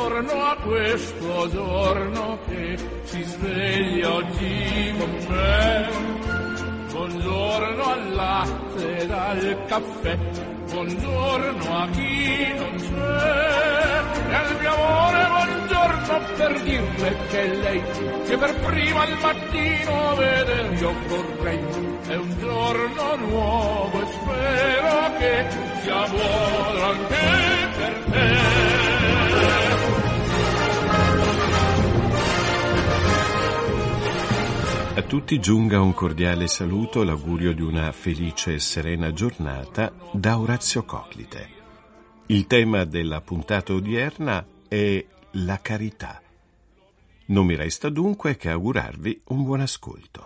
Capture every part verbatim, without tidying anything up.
buongiorno a questo giorno che si sveglia oggi con me. Buongiorno al latte ed al caffè, buongiorno a chi non c'è. E al mio amore buongiorno per dirle che lei, che per prima al mattino veder io vorrei. È un giorno nuovo e spero che sia buono anche per te. A tutti giunga un cordiale saluto, l'augurio di una felice e serena giornata da Orazio Coclite. Il tema della puntata odierna è la carità. Non mi resta dunque che augurarvi un buon ascolto.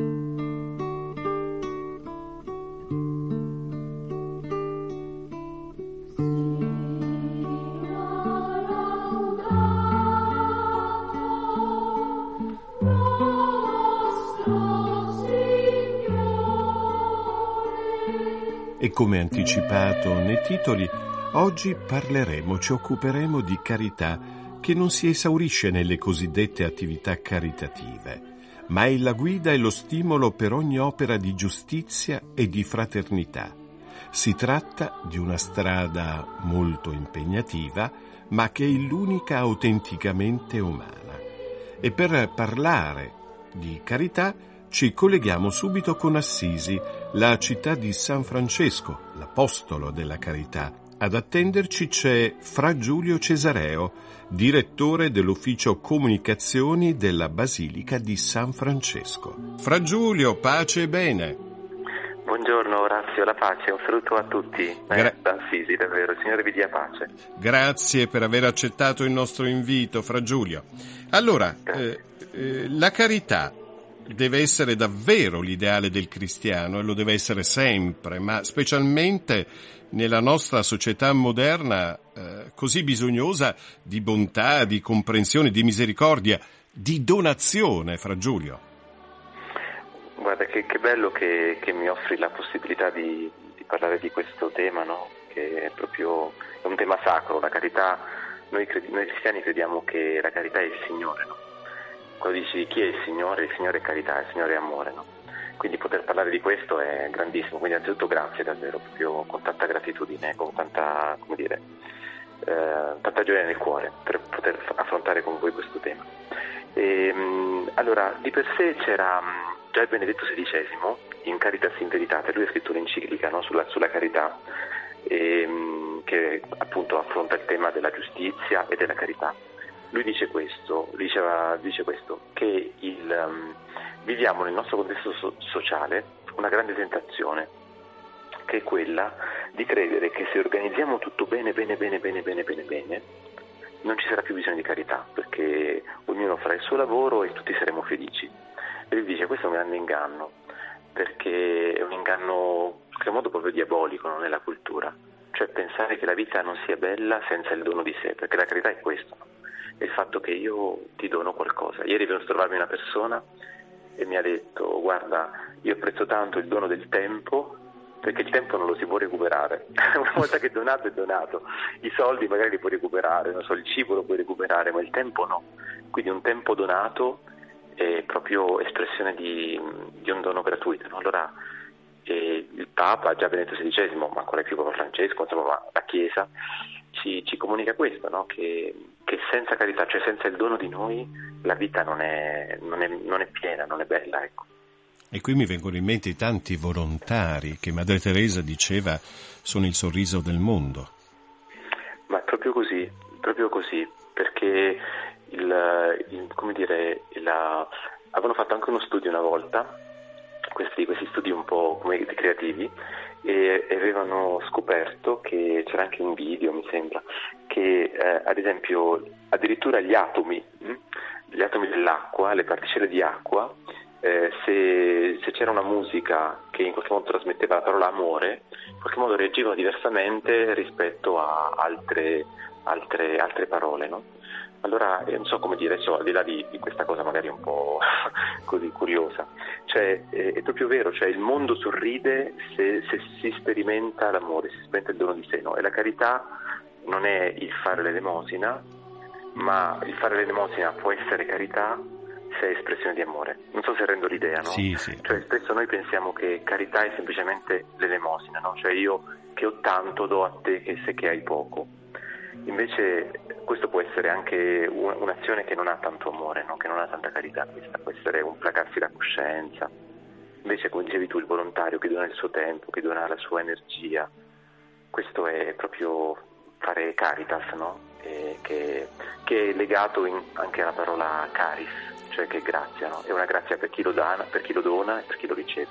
E come anticipato nei titoli, oggi parleremo, ci occuperemo di carità che non si esaurisce nelle cosiddette attività caritative, ma è la guida e lo stimolo per ogni opera di giustizia e di fraternità. Si tratta di una strada molto impegnativa, ma che è l'unica autenticamente umana. E per parlare di carità ci colleghiamo subito con Assisi, la città di San Francesco, l'apostolo della carità. Ad attenderci c'è Fra Giulio Cesareo, direttore dell'ufficio comunicazioni della Basilica di San Francesco. Fra Giulio, pace e bene. Buongiorno Orazio, la pace, un saluto a tutti. Gra- eh, da Assisi, davvero, il Signore vi dia pace. Grazie per aver accettato il nostro invito, Fra Giulio. Allora, eh, eh, la carità deve essere davvero l'ideale del cristiano e lo deve essere sempre, ma specialmente nella nostra società moderna eh, così bisognosa di bontà, di comprensione, di misericordia, di donazione, Fra Giulio. Guarda che, che bello che, che mi offri la possibilità di, di parlare di questo tema, no? Che è proprio è un tema sacro, la carità. Noi, credi, noi cristiani crediamo che la carità è il Signore, no? Quando dici chi è il Signore, il Signore è carità, il Signore è amore, no? Quindi poter parlare di questo è grandissimo, quindi anzitutto grazie davvero, proprio con tanta gratitudine, con tanta, come dire, eh, tanta gioia nel cuore per poter affrontare con voi questo tema. E, mh, allora, di per sé c'era mh, già il Benedetto sedicesimo, in Caritas in Veritate, lui ha scritto un'enciclica, no, sulla, sulla carità, e, mh, che appunto affronta il tema della giustizia e della carità. Lui dice questo, diceva, dice questo, che il, um, viviamo nel nostro contesto so- sociale una grande tentazione, che è quella di credere che se organizziamo tutto bene, bene, bene, bene, bene, bene, bene, non ci sarà più bisogno di carità, perché ognuno farà il suo lavoro e tutti saremo felici. E lui dice, questo è un grande inganno, perché è un inganno, in qualche modo proprio diabolico, non è la cultura. Cioè pensare che la vita non sia bella senza il dono di sé, perché la carità è questo, no? È il fatto che io ti dono qualcosa. Ieri è venuto a trovarmi una persona e mi ha detto, guarda, io apprezzo tanto il dono del tempo, perché il tempo non lo si può recuperare. Una volta che è donato è donato. I soldi magari li puoi recuperare, non so, il cibo lo puoi recuperare, ma il tempo no. Quindi un tempo donato è proprio espressione di, di un dono gratuito, no? Allora eh, il Papa, già Benedetto sedicesimo, ma ancora più Papa Francesco, insomma la Chiesa ci, ci comunica questo, no? Che, che senza carità, cioè senza il dono di noi, la vita non è, non è, non è piena, non è bella, ecco. E qui mi vengono in mente i tanti volontari che Madre Teresa diceva sono il sorriso del mondo. Ma è proprio così, proprio così, perché il, il come dire, la, avevano fatto anche uno studio una volta, questi, questi studi un po' come creativi, e, e avevano scoperto che c'era anche un video, mi sembra, che eh, ad esempio addirittura gli atomi, hm? gli atomi dell'acqua, le particelle di acqua, Eh, se, se c'era una musica che in qualche modo trasmetteva la parola amore, in qualche modo reagivano diversamente rispetto a altre, altre, altre parole, no? Allora, eh, non so come dire, cioè, al di là di, di questa cosa magari un po' così curiosa, cioè eh, è proprio vero, cioè il mondo sorride se, se si sperimenta l'amore, si sperimenta il dono di sé, no? E la carità non è il fare l'elemosina, ma il fare l'elemosina può essere carità se è espressione di amore. Non so se rendo l'idea, no? Sì, sì. Cioè spesso noi pensiamo che carità è semplicemente l'elemosina, no? Cioè io che ho tanto do a te che se che hai poco. Invece questo può essere anche un'azione che non ha tanto amore, no? Che non ha tanta carità, questa può essere un placarsi la coscienza. Invece, come dicevi tu, il volontario che dona il suo tempo, che dona la sua energia, questo è proprio fare caritas, no? E che, che è legato in, anche alla parola caris, cioè che è grazia, no? È una grazia per chi lo dà, per chi lo dona e per chi lo riceve.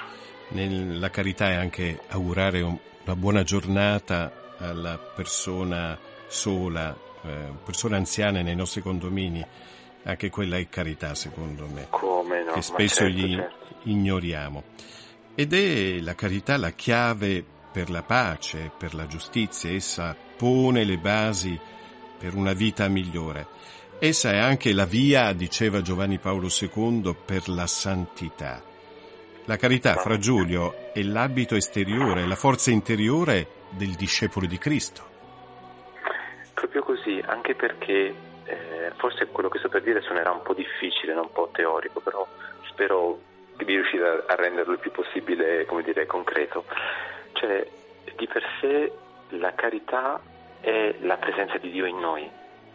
Nella carità è anche augurare un, una buona giornata alla persona sola, eh, persone anziane nei nostri condomini. Anche quella è carità, secondo me, Come no, che spesso certo, gli certo. ignoriamo. Ed è la carità la chiave per la pace, per la giustizia. Essa pone le basi per una vita migliore. Essa è anche la via, diceva Giovanni Paolo secondo, per la santità. La carità, fra Giulio, è l'abito esteriore, la forza interiore del discepolo di Cristo. Proprio così, anche perché Eh, forse quello che sto per dire suonerà un po' difficile, un po' teorico, però spero di riuscire a, a renderlo il più possibile, come dire, concreto. Cioè, di per sé la carità è la presenza di Dio in noi,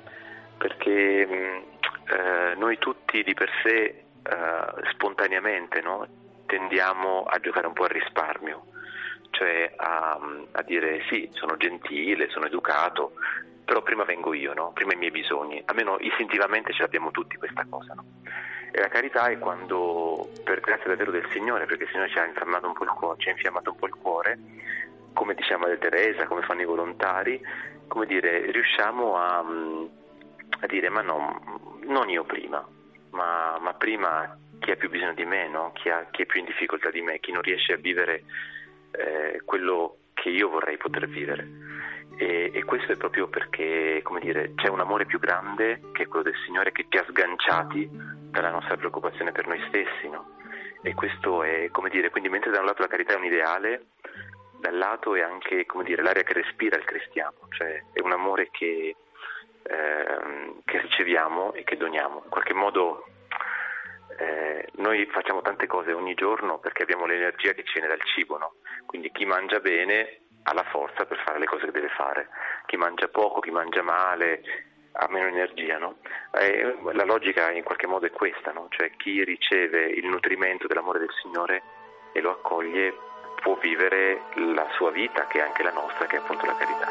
perché mh, eh, noi tutti di per sé eh, spontaneamente, no, tendiamo a giocare un po' al risparmio, cioè a, a dire sì, sono gentile, sono educato, però prima vengo io, no? Prima i miei bisogni, almeno istintivamente ce l'abbiamo tutti questa cosa, no? E la carità è quando, per grazia davvero del Signore, perché il Signore ci ha infiammato un po' il cuore, ci ha infiammato un po' il cuore, come diceva Madre Teresa, come fanno i volontari, come dire, riusciamo a, a dire ma no, non io prima, ma, ma prima chi ha più bisogno di me, no? Chi, ha, chi è più in difficoltà di me, chi non riesce a vivere eh, quello che io vorrei poter vivere. E, e questo è proprio perché, come dire, c'è un amore più grande che è quello del Signore, che ci ha sganciati dalla nostra preoccupazione per noi stessi, no? E questo è, come dire, quindi mentre da un lato la carità è un ideale, dal lato è anche, come dire, l'aria che respira il cristiano, cioè è un amore che, eh, che riceviamo e che doniamo. In qualche modo eh, noi facciamo tante cose ogni giorno perché abbiamo l'energia che ci viene dal cibo, no? Quindi chi mangia bene ha la forza per fare le cose che deve fare, chi mangia poco, chi mangia male ha meno energia, no? E la logica in qualche modo è questa, no? Cioè chi riceve il nutrimento dell'amore del Signore e lo accoglie può vivere la sua vita, che è anche la nostra, che è appunto la carità.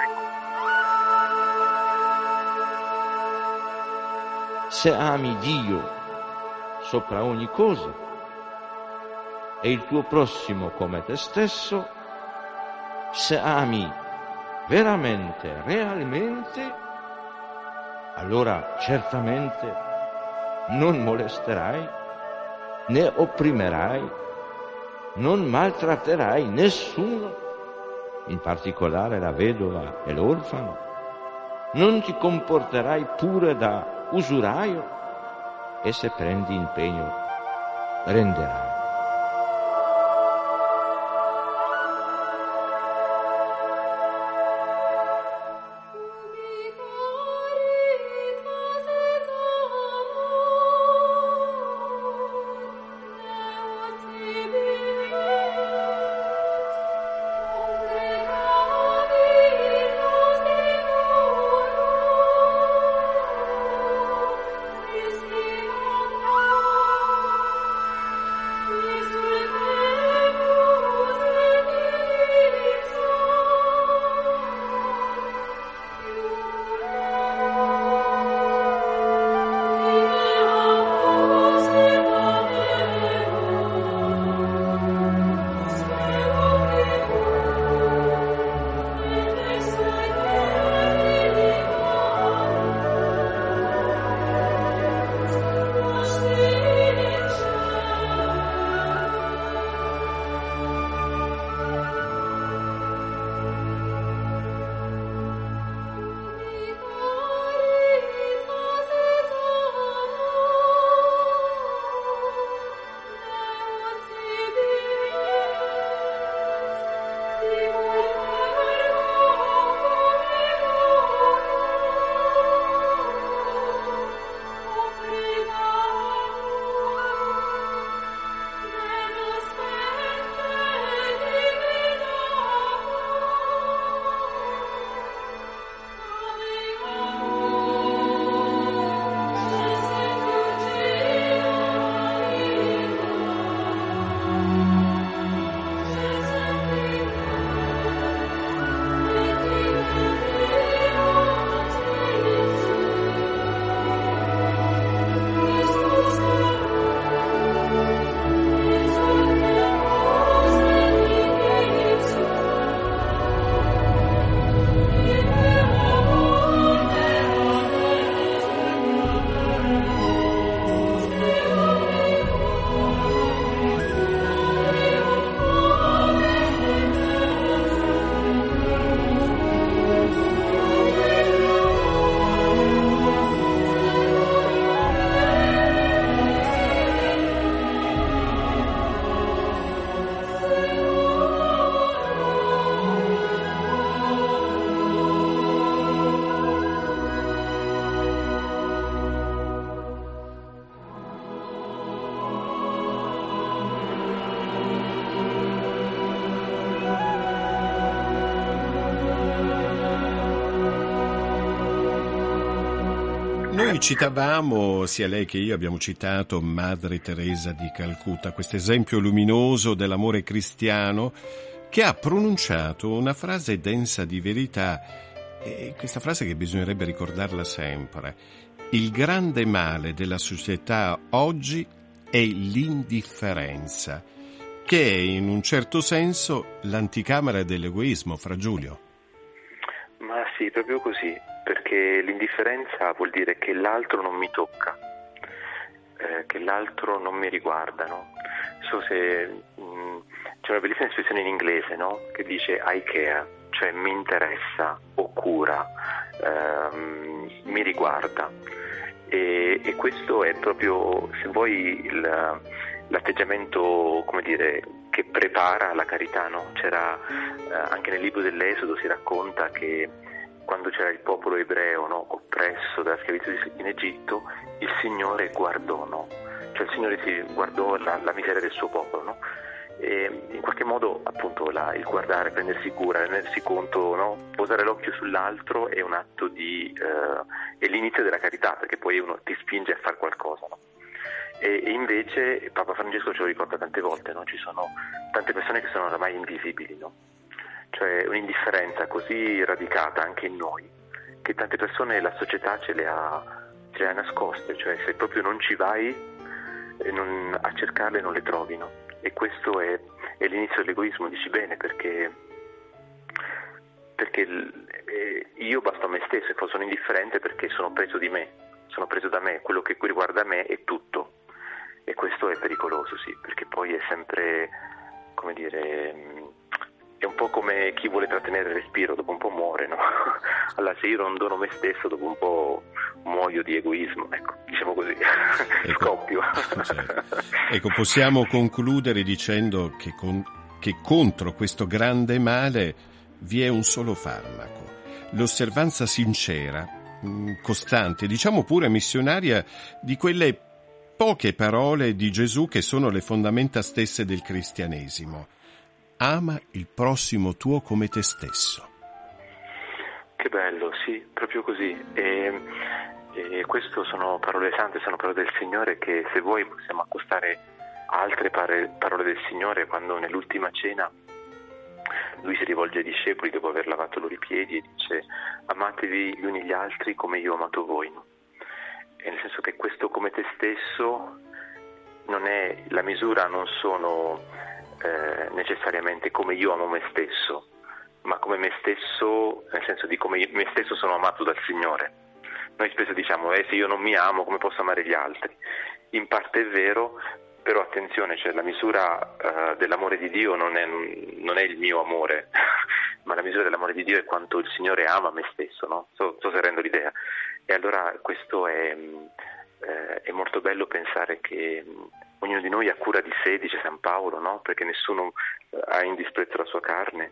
Se ami Dio sopra ogni cosa e il tuo prossimo come te stesso, se ami veramente, realmente, allora certamente non molesterai, né opprimerai, non maltratterai nessuno, in particolare la vedova e l'orfano, non ti comporterai pure da usuraio e se prendi impegno renderai. Noi citavamo, sia lei che io abbiamo citato Madre Teresa di Calcutta, questo esempio luminoso dell'amore cristiano, che ha pronunciato una frase densa di verità, e questa frase che bisognerebbe ricordarla sempre. Il grande male della società oggi è l'indifferenza, che è in un certo senso l'anticamera dell'egoismo, Fra Giulio. Ma sì, proprio così, perché l'indifferenza vuol dire che l'altro non mi tocca, eh, che l'altro non mi riguarda, no? So se mh, c'è una bellissima espressione in inglese, no? Che dice I care, cioè mi interessa o cura, ehm, mi riguarda. E, e questo è proprio, se vuoi, il, l'atteggiamento, come dire, che prepara la carità, no? C'era eh, anche nel libro dell'Esodo si racconta che quando c'era il popolo ebreo, no, oppresso dalla schiavitù in Egitto, il Signore guardò, no? Cioè il Signore si guardò la, la miseria del suo popolo, no? E in qualche modo appunto la, il guardare, prendersi cura, rendersi conto, no? Posare l'occhio sull'altro è un atto di eh, è l'inizio della carità, perché poi uno ti spinge a fare qualcosa, no? E, e invece Papa Francesco ce lo ricorda tante volte, no? Ci sono tante persone che sono oramai invisibili, no? Cioè un'indifferenza così radicata anche in noi che tante persone la società ce le ha, ce le ha nascoste, cioè se proprio non ci vai e non, a cercarle non le trovi, no? E questo è, è l'inizio dell'egoismo, dici bene, perché perché eh, io basto a me stesso e poi sono indifferente perché sono preso di me, sono preso da me, quello che riguarda me è tutto, e questo è pericoloso, sì, perché poi è sempre, come dire, è un po' come chi vuole trattenere il respiro, dopo un po' muore, no? Allora se io non dono me stesso, dopo un po' muoio di egoismo, ecco, diciamo così, ecco, scoppio. Ecco, possiamo concludere dicendo che, con, che contro questo grande male vi è un solo farmaco, l'osservanza sincera, costante, diciamo pure missionaria, di quelle poche parole di Gesù che sono le fondamenta stesse del cristianesimo. Ama il prossimo tuo come te stesso. Che bello, sì, proprio così. E, e questo sono parole sante, sono parole del Signore che, se vuoi, possiamo accostare a altre pare, parole del Signore quando nell'ultima cena Lui si rivolge ai discepoli dopo aver lavato loro i piedi e dice: amatevi gli uni gli altri come io ho amato voi, no? E nel senso che questo come te stesso non è, la misura non sono Eh, necessariamente come io amo me stesso, ma come me stesso, nel senso di come io, me stesso sono amato dal Signore. Noi spesso diciamo eh, se io non mi amo come posso amare gli altri? In parte è vero, però attenzione, cioè la misura eh, dell'amore di Dio non è, non è il mio amore ma la misura dell'amore di Dio è quanto il Signore ama me stesso, no? So, so se rendo l'idea. E allora questo è, eh, è molto bello pensare che ognuno di noi ha cura di sé, dice San Paolo, no? Perché nessuno ha in disprezzo la sua carne,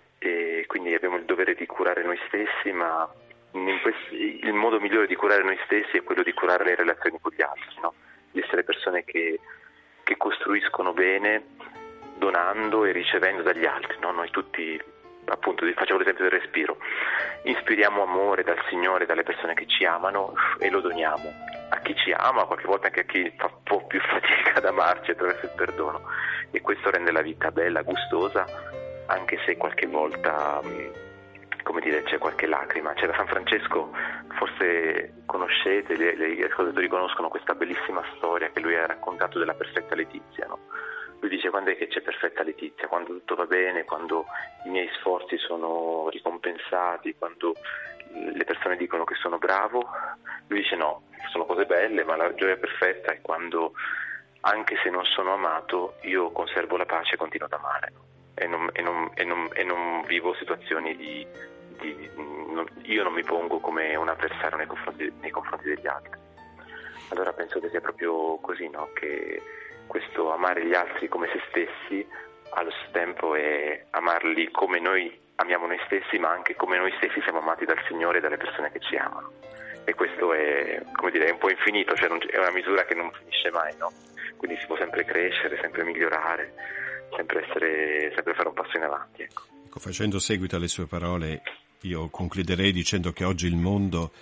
e quindi abbiamo il dovere di curare noi stessi, ma in questi, il modo migliore di curare noi stessi è quello di curare le relazioni con gli altri, no? Di essere persone che, che costruiscono bene, donando e ricevendo dagli altri, no? Noi tutti, appunto, facciamo l'esempio del respiro, ispiriamo amore dal Signore, dalle persone che ci amano, e lo doniamo a chi ci ama, qualche volta anche a chi fa un po' più fatica ad amarci attraverso il perdono, e questo rende la vita bella, gustosa, anche se qualche volta, come dire, c'è qualche lacrima. C'era San Francesco, forse conoscete, gli ascoltatori conoscono questa bellissima storia che lui ha raccontato della perfetta letizia, no? Lui dice: quando è che c'è perfetta letizia? Quando tutto va bene, quando i miei sforzi sono ricompensati, quando le persone dicono che sono bravo. Lui dice: no, sono cose belle, ma la gioia perfetta è quando, anche se non sono amato, io conservo la pace e continuo ad amare, e non, e non, e non, e non vivo situazioni di, di non, io non mi pongo come un avversario nei confronti, nei confronti degli altri. Allora penso che sia proprio così, no? Che questo amare gli altri come se stessi, allo stesso tempo è amarli come noi amiamo noi stessi, ma anche come noi stessi siamo amati dal Signore e dalle persone che ci amano. E questo è, come dire, è un po' infinito, cioè non, è una misura che non finisce mai, no? Quindi si può sempre crescere, sempre migliorare, sempre essere, sempre fare un passo in avanti, ecco. Ecco, facendo seguito alle sue parole, io concluderei dicendo che oggi il mondo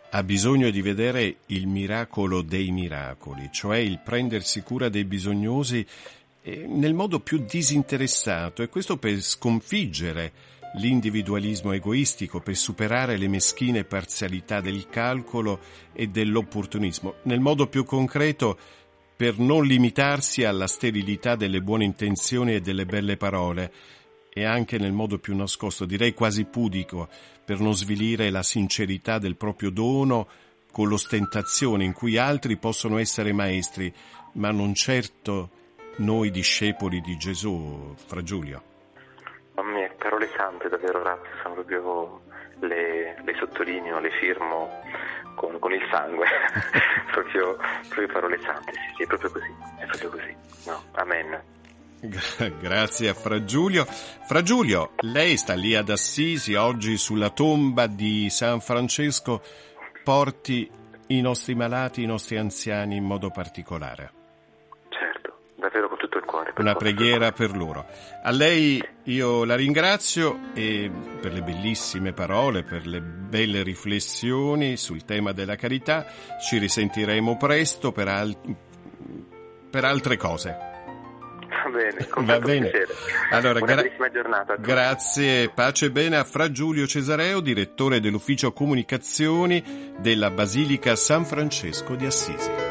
ha bisogno di vedere il miracolo dei miracoli, cioè il prendersi cura dei bisognosi nel modo più disinteressato, e questo per sconfiggere l'individualismo egoistico, per superare le meschine parzialità del calcolo e dell'opportunismo, nel modo più concreto per non limitarsi alla sterilità delle buone intenzioni e delle belle parole, e anche nel modo più nascosto, direi quasi pudico, per non svilire la sincerità del proprio dono con l'ostentazione in cui altri possono essere maestri, ma non certo noi discepoli di Gesù, Fra Giulio. Mamma mia, parole sante davvero, Orazio, sono proprio, le, le sottolineo, le firmo con, con il sangue, proprio, proprio parole sante, sì, sì, è proprio così, è proprio così, no, amen. Grazie a Fra Giulio. Fra Giulio, lei sta lì ad Assisi, oggi sulla tomba di San Francesco, porti i nostri malati, i nostri anziani in modo particolare. Davvero con tutto il cuore. Una preghiera per loro. A lei io la ringrazio e per le bellissime parole, per le belle riflessioni sul tema della carità. Ci risentiremo presto per, al- per altre cose. Va bene, con Va bene. piacere. Allora, Buona gra- bellissima giornata a tutti. Grazie, pace e bene a Fra Giulio Cesareo, direttore dell'ufficio comunicazioni della Basilica San Francesco di Assisi.